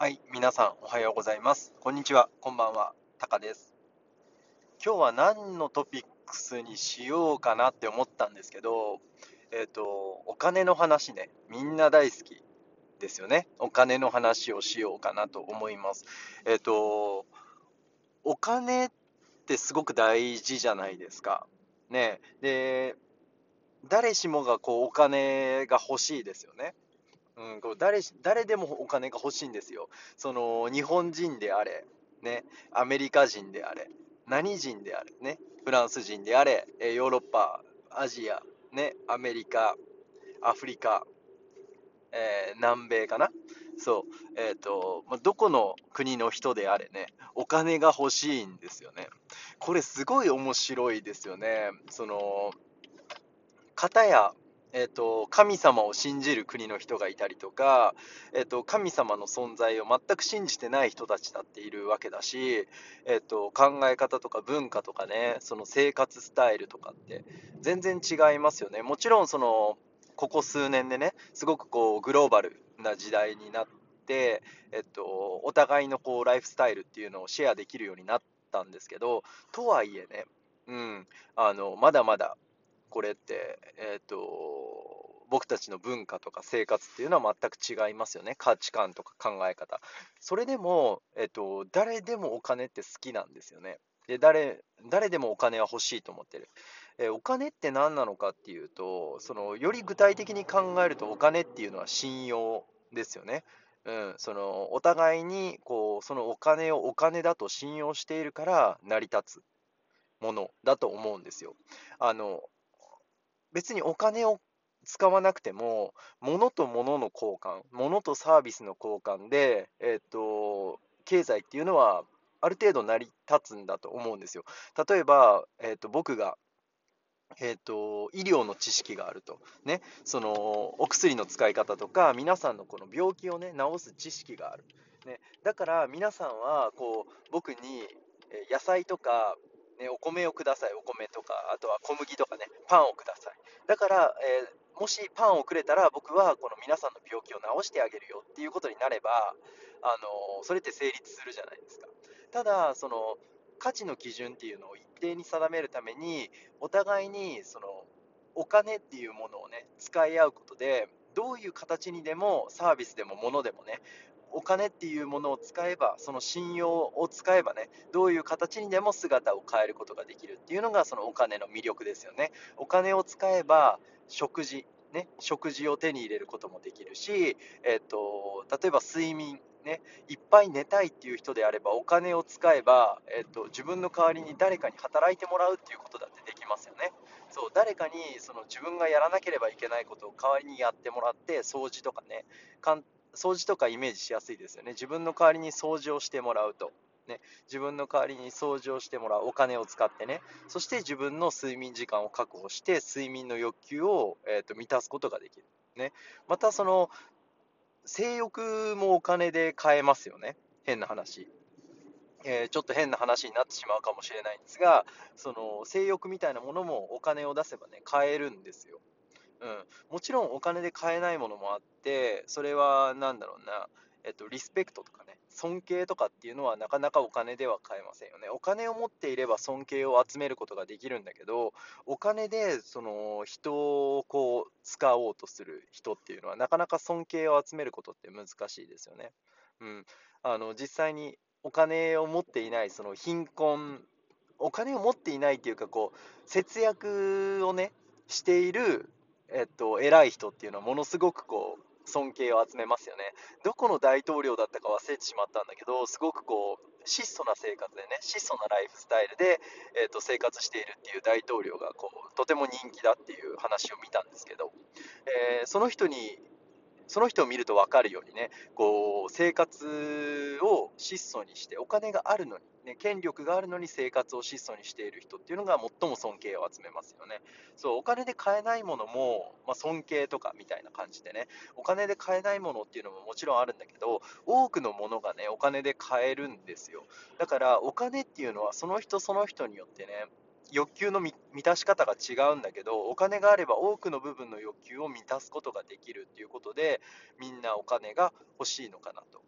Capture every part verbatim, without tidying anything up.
はい、皆さんおはようございます。こんにちは、こんばんは、タカです。今日は何のトピックスにしようかなって思ったんですけど、えっと、お金の話ね、みんな大好きですよね。お金の話をしようかなと思います。えっと、お金ってすごく大事じゃないですか。ね、で、誰しもがこうお金が欲しいですよね。うん、こう誰し、誰でもお金が欲しいんですよ。その、日本人であれ、ね、アメリカ人であれ、何人であれ、ね、フランス人であれ、えーヨーロッパ、アジア、ね、アメリカ、アフリカ、えー南米かな。そう、えっと、まあどこの国の人であれね、お金が欲しいんですよね。これすごい面白いですよね。その、片や、えっと、神様を信じる国の人がいたりとか、えっと、神様の存在を全く信じてない人たちだっているわけだし、えっと、考え方とか文化とかね、その生活スタイルとかって全然違いますよね。もちろんその、ここ数年でね、すごくこうグローバルな時代になって、えっと、お互いのこうライフスタイルっていうのをシェアできるようになったんですけど、とはいえね、うん、あの、まだまだこれって、えっと、僕たちの文化とか生活っていうのは全く違いますよね。価値観とか考え方。それでも、えっと、誰でもお金って好きなんですよね。で、誰、誰でもお金は欲しいと思ってる。えお金って何なのかっていうと、その、より具体的に考えるとお金っていうのは信用ですよね。うん、その、お互いに、こう、そのお金をお金だと信用しているから成り立つものだと思うんですよ。あの、別にお金を使わなくても、物と物の交換、物とサービスの交換で、えっと、経済っていうのはある程度成り立つんだと思うんですよ。例えば、えっと、僕が、えっと、医療の知識があると。ね、その、お薬の使い方とか、皆さんのこの病気をね、治す知識がある。ね、だから皆さんは、こう、僕に、え野菜とか、ね、お米をください、お米とか、あとは小麦とかね、パンをください。だから、えーもしパンをくれたら、僕はこの皆さんの病気を治してあげるよっていうことになれば、あのそれって成立するじゃないですか。ただ、その、価値の基準っていうのを一定に定めるために、お互いにそのお金っていうものをね使い合うことで、どういう形にでもサービスでも物でもね、お金っていうものを使えば、その信用を使えばね、どういう形にでも姿を変えることができるっていうのがそのお金の魅力ですよね。お金を使えば食事ね、食事を手に入れることもできるし、えっと、例えば睡眠ね、いっぱい寝たいっていう人であれば、お金を使えば、えっと、自分の代わりに誰かに働いてもらうっていうことだってできますよね。そう、誰かにその自分がやらなければいけないことを代わりにやってもらって、掃除とかね、かん掃除とかイメージしやすいですよね。自分の代わりに掃除をしてもらうと。ね、自分の代わりに掃除をしてもらうお金を使ってね、そして自分の睡眠時間を確保して、睡眠の欲求を、えーと満たすことができる。ね、またその性欲もお金で買えますよね。変な話。えーちょっと変な話になってしまうかもしれないんですが、その性欲みたいなものもお金を出せばね、買えるんですよ。うん、もちろんお金で買えないものもあって、それはなんだろうな、えっと、リスペクトとかね、尊敬とかっていうのはなかなかお金では買えませんよね。お金を持っていれば尊敬を集めることができるんだけど、お金でその人をこう使おうとする人っていうのはなかなか尊敬を集めることって難しいですよね。うん、あの実際にお金を持っていないその貧困、お金を持っていないっていうかこう節約をねしているえっと、偉い人っていうのはものすごくこう尊敬を集めますよね。どこの大統領だったか忘れてしまったんだけど、すごくこう質素な生活でね、質素なライフスタイルで、えっと、生活しているっていう大統領がこうとても人気だっていう話を見たんですけど、えーその人にその人を見ると分かるようにね、こう生活を質素にして、お金があるのに、ね、権力があるのに生活を質素にしている人っていうのが最も尊敬を集めますよね。そう、お金で買えないものも、まあ、尊敬とかみたいな感じでね、お金で買えないものっていうのももちろんあるんだけど、多くのものがね、お金で買えるんですよ。だから、お金っていうのはその人その人によってね、欲求の満たし方が違うんだけど、お金があれば多くの部分の欲求を満たすことができるっていうことで、みんなお金が欲しいのかなと。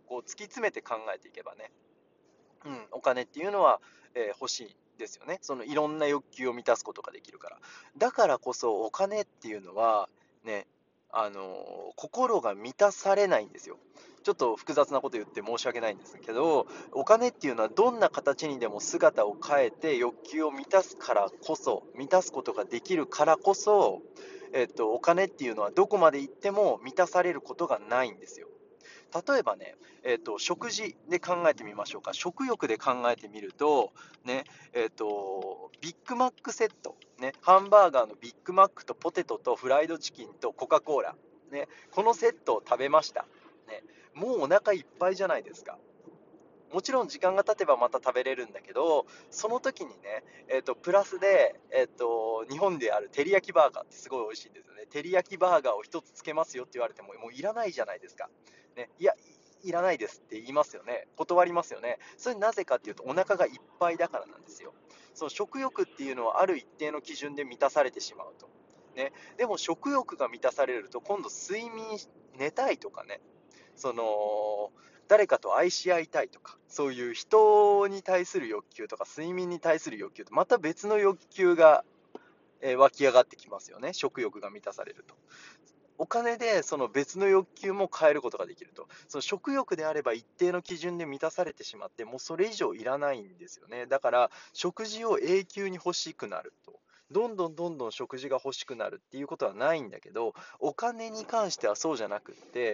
こう突き詰めて考えていけばね、うん、お金っていうのは、えー欲しいですよね。そのいろんな欲求を満たすことができるから。だからこそお金っていうのはね、あのー心が満たされないんですよ。ちょっと複雑なこと言って申し訳ないんですけど、お金っていうのはどんな形にでも姿を変えて欲求を満たすからこそ、満たすことができるからこそ、えっと、お金っていうのはどこまで行っても満たされることがないんですよ。例えばね、えーと、食事で考えてみましょうか。食欲で考えてみると、ね、えーと、ビッグマックセット、ね、ハンバーガーのビッグマックとポテトとフライドチキンとコカ・コーラ、ね、このセットを食べました。ね、もうお腹いっぱいじゃないですか。もちろん時間が経てばまた食べれるんだけど、その時にね、えーと、プラスで、えーと、日本である照り焼きバーガーってすごい美味しいんですよね。照り焼きバーガーを一つつけますよって言われても、もういらないじゃないですか。ね、いや、いらないですって言いますよね。断りますよね。それなぜかっていうと、お腹がいっぱいだからなんですよ。その食欲っていうのはある一定の基準で満たされてしまうと。ね、でも食欲が満たされると、今度睡眠、寝たいとかね、その誰かと愛し合いたいとか、そういう人に対する欲求とか睡眠に対する欲求とまた別の欲求が、えー湧き上がってきますよね。食欲が満たされると。お金でその別の欲求も変えることができると。その食欲であれば一定の基準で満たされてしまって、もうそれ以上いらないんですよね。だから食事を永久に欲しくなると。どんどんどんどん食事が欲しくなるっていうことはないんだけど、お金に関してはそうじゃなくって、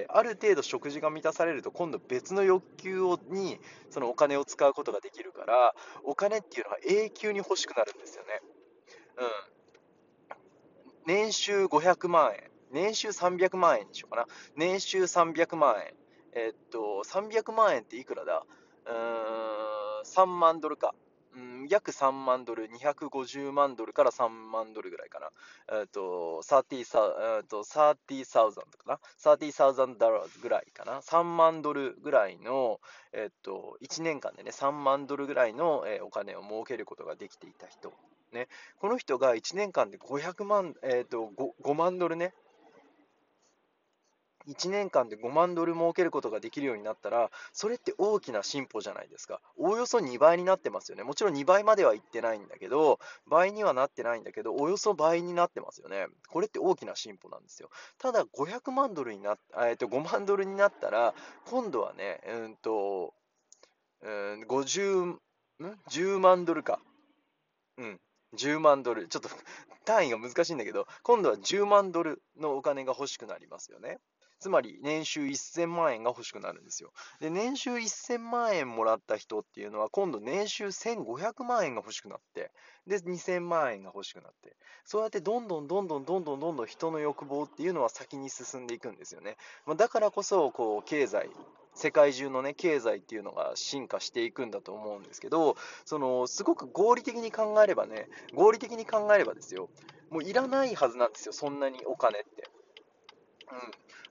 ある程度食事が満たされると、今度別の欲求をにそのお金を使うことができるから、お金っていうのは永久に欲しくなるんですよね。うん。年収ごひゃくまん円、年収さんびゃくまん円にしようかな。年収さんびゃくまん円。えっと、さんびゃくまん円っていくらだうーん、さんまんドルか。うん、約さんまんドル、にひゃくごじゅうまんドルからさんまんドルぐらいかな。えっと、さんじゅうサウ、えっと、さんじゅうサウザンドかな。さんじゅうサウザンドラぐらいかな。さんまんドルぐらいの、えっと、いちねんかんでね、さんまんドルぐらいの、えーお金を儲けることができていた人。ね、この人がいちねんかんでごひゃくまん、えーと、ご, ごまんドルね、いちねんかんでごまんドル儲けることができるようになったら、それって大きな進歩じゃないですか。おおよそにばいになってますよね。もちろんにばいまではいってないんだけど、倍にはなってないんだけど、およそ倍になってますよね。これって大きな進歩なんですよ。ただ、ごひゃくまんドルになっ、えーと、ごまんドルになったら、今度はね、うんと、うん、ごじゅう、ん ?じゅう 万ドルか。うん、じゅうまんドル。ちょっと単位が難しいんだけど、今度はじゅうまんドルのお金が欲しくなりますよね。つまり年収せんまん円が欲しくなるんですよ。で、年収せんまん円もらった人っていうのは、今度年収せんごひゃくまん円が欲しくなって、で、にせんまん円が欲しくなって、そうやってどんどんどんどんどんどんどんどん人の欲望っていうのは先に進んでいくんですよね。まあだからこそ、こう、経済、世界中のね、経済っていうのが進化していくんだと思うんですけど、そのすごく合理的に考えればね、合理的に考えればですよ、もういらないはずなんですよ、そんなにお金って。うん、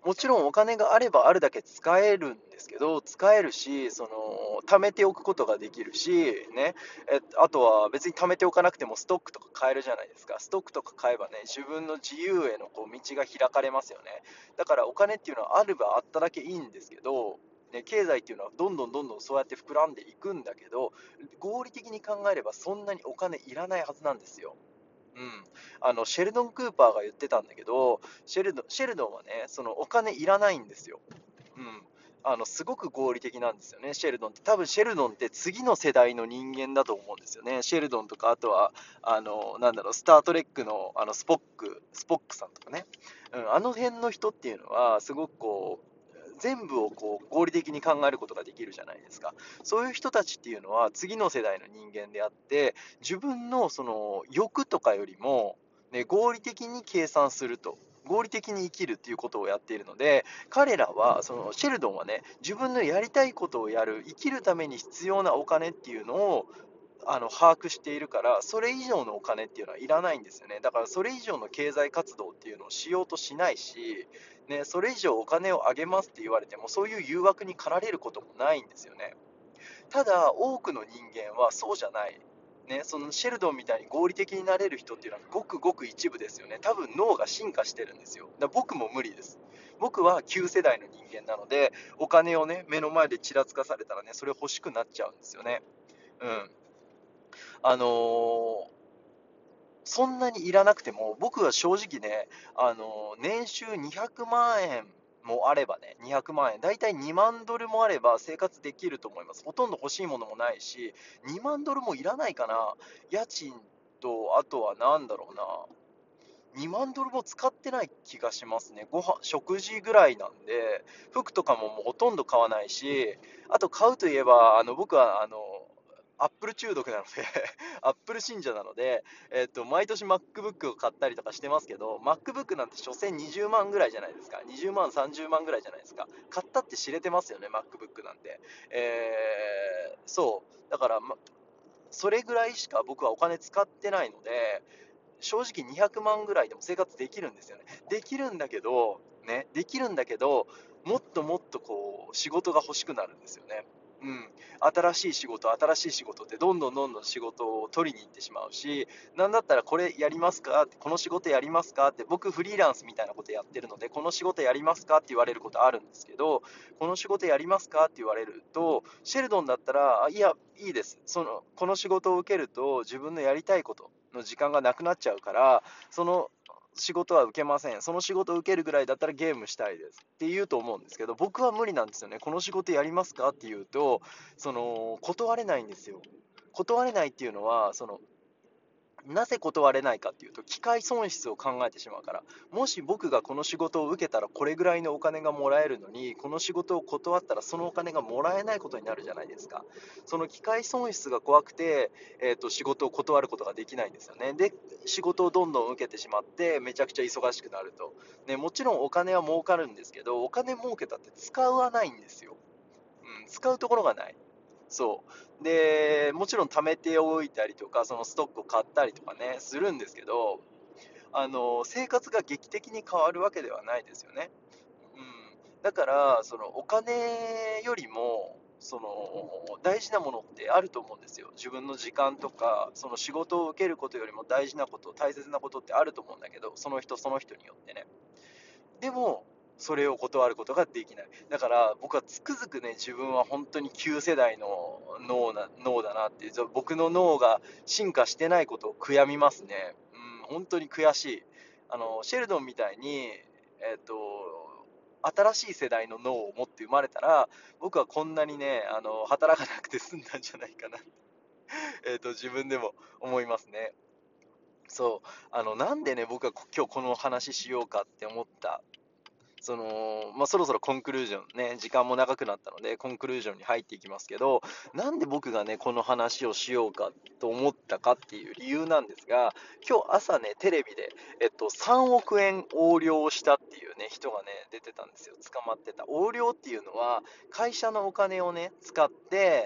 もちろんお金があればあるだけ使えるんですけど、使えるし、その貯めておくことができるし、ね、えあとは別に貯めておかなくてもストックとか買えるじゃないですか。ストックとか買えばね、自分の自由へのこう道が開かれますよね。だからお金っていうのはあればあっただけいいんですけど、ね、経済っていうのはどんどんどんどんそうやって膨らんでいくんだけど、合理的に考えればそんなにお金いらないはずなんですよ。うん、あのシェルドン・クーパーが言ってたんだけど、シェルドンシェルドンはね、そのお金いらないんですよ。うん、あのすごく合理的なんですよね、シェルドンって。多分シェルドンって次の世代の人間だと思うんですよね。シェルドンとか、あとはあのなんだろう、スター・トレックのあのスポック、スポックさんとかね、うん、あの辺の人っていうのは、すごくこう、全部をこう合理的に考えることができるじゃないですか。そういう人たちっていうのは次の世代の人間であって、自分のその欲とかよりも、ね、合理的に計算すると。合理的に生きるっていうことをやっているので、彼らは、そのシェルドンはね、自分のやりたいことをやる、生きるために必要なお金っていうのをあの把握しているから、それ以上のお金っていうのはいらないんですよね。だからそれ以上の経済活動っていうのをしようとしないし、ね、それ以上お金をあげますって言われても、そういう誘惑に駆られることもないんですよね。ただ、多くの人間はそうじゃない。 ね、そのシェルドンみたいに合理的になれる人っていうのはごくごく一部ですよね。多分脳が進化してるんですよ。だから僕も無理です。僕は旧世代の人間なので、お金をね、目の前でちらつかされたらね、それ欲しくなっちゃうんですよね。うん。あのーそんなにいらなくても、僕は正直ね、あのー年収にひゃくまん円もあればね、にひゃくまん円、だいたいにまんドルもあれば生活できると思います。ほとんど欲しいものもないし、にまんドルもいらないかな。家賃と、あとは何だろうな。にまんドルも使ってない気がしますね。ご飯、食事ぐらいなんで、服とかももうほとんど買わないし、あと買うといえば、あの僕はあのアップル中毒なのでアップル信者なので、えっと、毎年 MacBook を買ったりとかしてますけど、MacBook なんて所詮にじゅうまんぐらいじゃないですか。にじゅうまん、さんじゅうまんぐらいじゃないですか。買ったって知れてますよね、MacBook なんて。えー、そう。だから、ま、それぐらいしか僕はお金使ってないので、正直にひゃくまんぐらいでも生活できるんですよね。できるんだけど、ね、できるんだけど、もっともっとこう、仕事が欲しくなるんですよね。うん。新しい仕事、新しい仕事ってどんどんどんどん仕事を取りに行ってしまうし、なんだったらこれやりますかって、この仕事やりますかって、僕フリーランスみたいなことやってるので、この仕事やりますかって言われることあるんですけど、この仕事やりますかって言われると、シェルドンだったら、あいや、いいです。その、この仕事を受けると自分のやりたいことの時間がなくなっちゃうから、その仕事は受けません。その仕事を受けるぐらいだったらゲームしたいですって言うと思うんですけど、僕は無理なんですよね。この仕事やりますかって言うと、その、断れないんですよ。断れないっていうのは、その、なぜ断れないかっていうと、機会損失を考えてしまうから。もし僕がこの仕事を受けたらこれぐらいのお金がもらえるのに、この仕事を断ったらそのお金がもらえないことになるじゃないですか。その機会損失が怖くて、えーと、仕事を断ることができないんですよね。で、仕事をどんどん受けてしまって、めちゃくちゃ忙しくなると。ね、もちろんお金は儲かるんですけど、お金儲けたって使わないんですよ。うん、使うところがない。そう。で、もちろん貯めておいたりとか、そのストックを買ったりとかね、するんですけど、あの、生活が劇的に変わるわけではないですよね。うん。だから、そのお金よりも、その大事なものってあると思うんですよ。自分の時間とか、その仕事を受けることよりも大事なこと、大切なことってあると思うんだけど、その人その人によってね。でも、それを断ることができない。だから、僕はつくづくね、自分は本当に旧世代の脳な脳だなっていう、僕の脳が進化してないことを悔やみますね。うん、本当に悔しい。あの、シェルドンみたいに、えっと、新しい世代の脳を持って生まれたら、僕はこんなにね、あの、働かなくて済んだんじゃないかな、えっと、自分でも思いますね。そう、あの、なんでね、僕は今日この話しようかって思ったその、まあ、そろそろコンクルージョンね、時間も長くなったので、コンクルージョンに入っていきますけど、なんで僕がね、この話をしようかと思ったかっていう理由なんですが、今日朝ね、テレビで、えっと、さんおく円横領をしたっていうね、人がね、出てたんですよ。捕まってた。横領っていうのは、会社のお金をね、使って、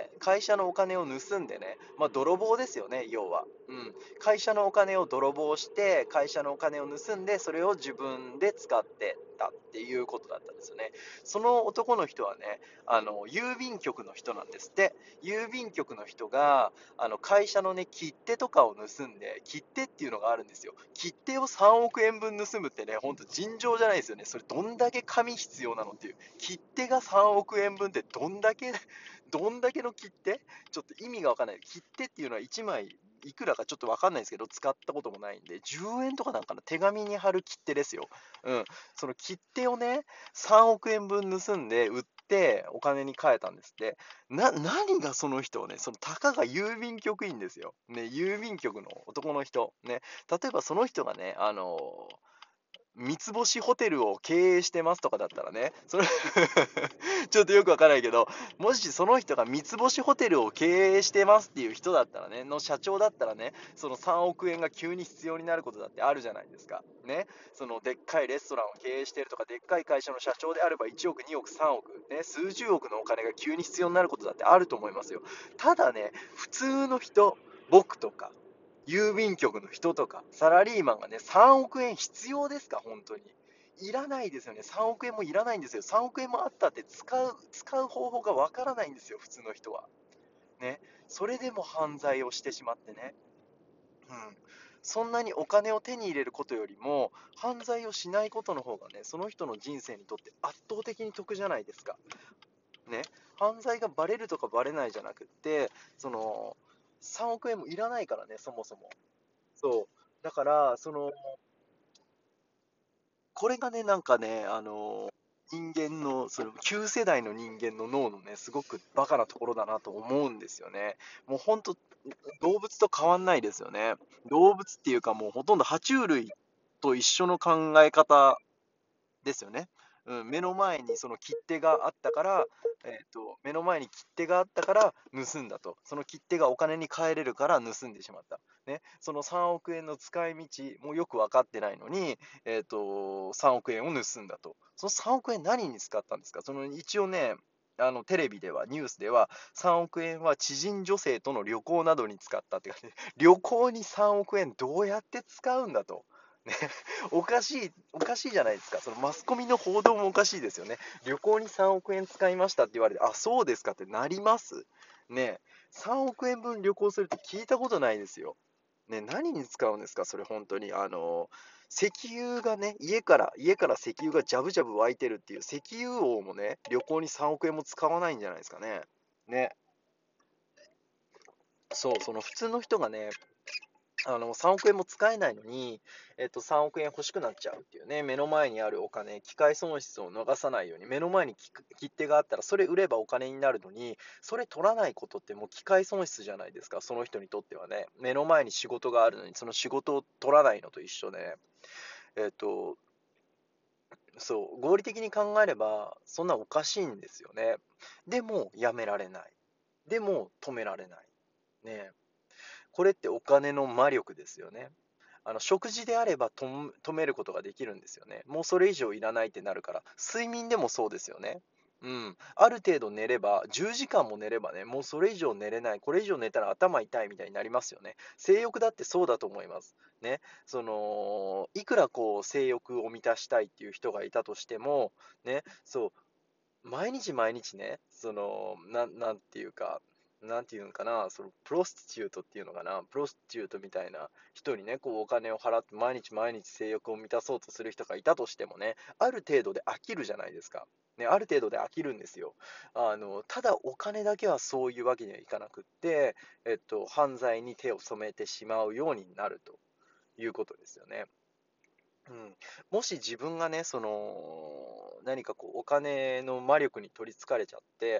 会社のお金を盗んでね、まあ、泥棒ですよね、要は。うん。会社のお金を泥棒して、会社のお金を盗んで、それを自分で使ってたっていうことだったんですよね。その男の人はね、あの郵便局の人なんですって。郵便局の人があの会社のね、切手とかを盗んで、切手っていうのがあるんですよ。切手をさんおく円分盗むってね、ほんと尋常じゃないですよね。それどんだけ紙必要なのっていう。切手がさんおく円分ってどんだけ、どんだけの切手ちょっと意味がわかんない。切手っていうのはいちまいいくらかちょっとわかんないんですけど、使ったこともないんで、じゅうえんとかなんかな、手紙に貼る切手ですよ。うん。その切手をね、さんおく円分盗んで売ってお金に換えたんですって。な、何がその人をね、そのたかが郵便局員ですよ。ね、郵便局の男の人。ね、例えばその人がね、あの三つ星ホテルを経営してますとかだったらね、それちょっとよくわからないけど、もしその人が三つ星ホテルを経営してますっていう人だったらね、の社長だったらね、そのさんおく円が急に必要になることだってあるじゃないですか。ね、そのでっかいレストランを経営しているとか、でっかい会社の社長であればいちおく、におく、さんおく、ね、数十億のお金が急に必要になることだってあると思いますよ。ただね、普通の人、僕とか、郵便局の人とか、サラリーマンがね、さんおく円必要ですか、本当に。いらないですよね。さんおく円もいらないんですよ。さんおく円もあったって使う、使う方法がわからないんですよ、普通の人は。 ね、それでも犯罪をしてしまってね、うん、そんなにお金を手に入れることよりも、犯罪をしないことの方がね、その人の人生にとって圧倒的に得じゃないですか。ね、犯罪がバレるとかバレないじゃなくって、その、さんおく円もいらないからね、そもそも。そう。だから、その、これがね、なんかね、あの、人間の、その旧世代の人間の脳のね、すごくバカなところだなと思うんですよね。もう本当、動物と変わんないですよね。動物っていうか、もうほとんど爬虫類と一緒の考え方ですよね。うん、目の前にその切手があったから、えーと、目の前に切手があったから盗んだと。その切手がお金に換えれるから盗んでしまった。ね、そのさんおく円の使い道もよく分かってないのに、えーと、さんおく円を盗んだと。そのさんおく円何に使ったんですか？その一応ね、あのテレビでは、ニュースでは、さんおく円は知人女性との旅行などに使ったって感じで、旅行にさんおく円どうやって使うんだと。ね、おかしい、おかしいじゃないですか。そのマスコミの報道もおかしいですよね。旅行にさんおく円使いましたって言われて、あ、そうですかってなりますね。さんおく円分旅行するって聞いたことないですよ。ね、何に使うんですか、それ本当に。あの、石油がね、家から、家から石油がジャブジャブ湧いてるっていう石油王もね、旅行にさんおく円も使わないんじゃないですかね。ね。そう、その普通の人がね、あのさんおく円も使えないのに、えっと、さんおく円欲しくなっちゃうっていうね、目の前にあるお金、機械損失を逃さないように、目の前に切手があったら、それ売ればお金になるのに、それ取らないことってもう機械損失じゃないですか、その人にとってはね。目の前に仕事があるのに、その仕事を取らないのと一緒で、えっと、そう、合理的に考えれば、そんなおかしいんですよね。でも、やめられない。でも、止められない。ね。これってお金の魔力ですよね。あの食事であれば止めることができるんですよね。もうそれ以上いらないってなるから。睡眠でもそうですよね。うん。ある程度寝れば、じゅうじかんも寝ればね、もうそれ以上寝れない。これ以上寝たら頭痛いみたいになりますよね。性欲だってそうだと思います。ね。その、いくらこう性欲を満たしたいっていう人がいたとしても、ね、そう、毎日毎日ね、その、な、なんていうか、なんていうのかな、そのプロスティチュートっていうのかな、プロスティチュートみたいな人にね、こうお金を払って毎日毎日性欲を満たそうとする人がいたとしてもね、ある程度で飽きるじゃないですか。ね、ある程度で飽きるんですよ。あの、ただお金だけはそういうわけにはいかなくって、えっと、犯罪に手を染めてしまうようになるということですよね。うん、もし自分がね、その何かこうお金の魔力に取りつかれちゃって、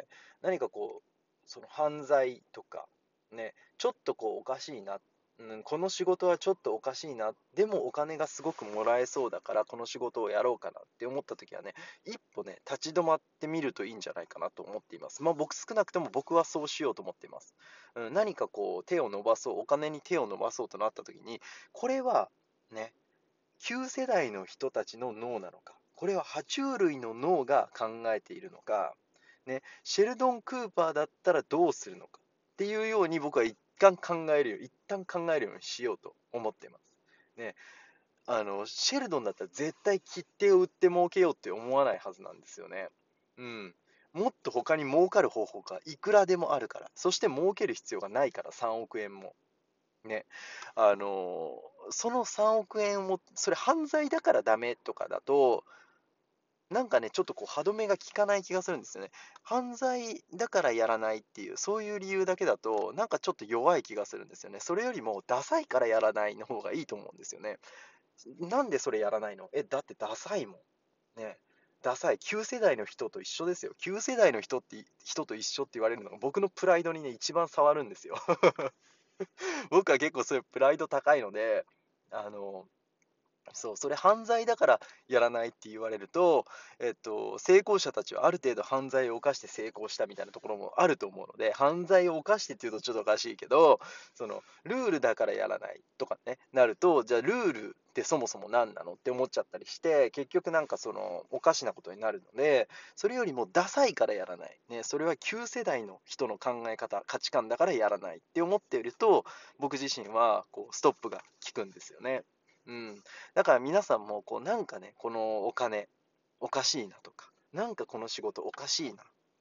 何かこう、その犯罪とか、ね、ちょっとこうおかしいな、うん、この仕事はちょっとおかしいな、でもお金がすごくもらえそうだから、この仕事をやろうかなって思った時はね、一歩ね、立ち止まってみるといいんじゃないかなと思っています。まあ僕、少なくとも僕はそうしようと思っています。うん、何かこう手を伸ばそう、お金に手を伸ばそうとなった時に、これは、ね、旧世代の人たちの脳なのか、これは爬虫類の脳が考えているのか、ね、シェルドン・クーパーだったらどうするのかっていうように僕は一旦考えるよ、一旦考えるようにしようと思っています。ね、あの、シェルドンだったら絶対切手を売って儲けようって思わないはずなんですよね。うん。もっと他に儲かる方法がいくらでもあるから。そして儲ける必要がないから、さんおく円も。ね、あのそのさんおく円を、それ犯罪だからダメとかだと、なんかね、ちょっとこう歯止めが効かない気がするんですよね。犯罪だからやらないっていう、そういう理由だけだと、なんかちょっと弱い気がするんですよね。それよりも、ダサいからやらないの方がいいと思うんですよね。なんでそれやらないの？え、だってダサいもん。ね。ダサい。旧世代の人と一緒ですよ。旧世代の人って、人と一緒って言われるのが僕のプライドにね、一番触るんですよ。僕は結構そういうプライド高いので、あの、そう、それ犯罪だからやらないって言われると、えっと、成功者たちはある程度犯罪を犯して成功したみたいなところもあると思うので、犯罪を犯してっていうとちょっとおかしいけど、その、ルールだからやらないとかね、なると、じゃあルールってそもそも何なのって思っちゃったりして、結局なんかその、おかしなことになるので、それよりもダサいからやらない。ね、それは旧世代の人の考え方、価値観だからやらないって思っていると、僕自身はこうストップが効くんですよね。うん。だから皆さんも、こう、なんかね、このお金、おかしいなとか、なんかこの仕事おかしいな。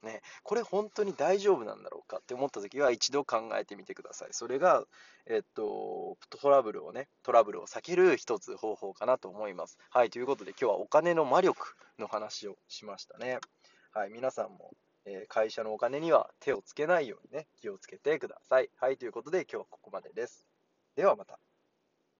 ね、これ本当に大丈夫なんだろうかって思った時は一度考えてみてください。それが、えっと、トラブルをね、トラブルを避ける一つ方法かなと思います。はい、ということで今日はお金の魔力の話をしましたね。はい、皆さんも、えー会社のお金には手をつけないようにね、気をつけてください。はい、ということで今日はここまでです。ではまた。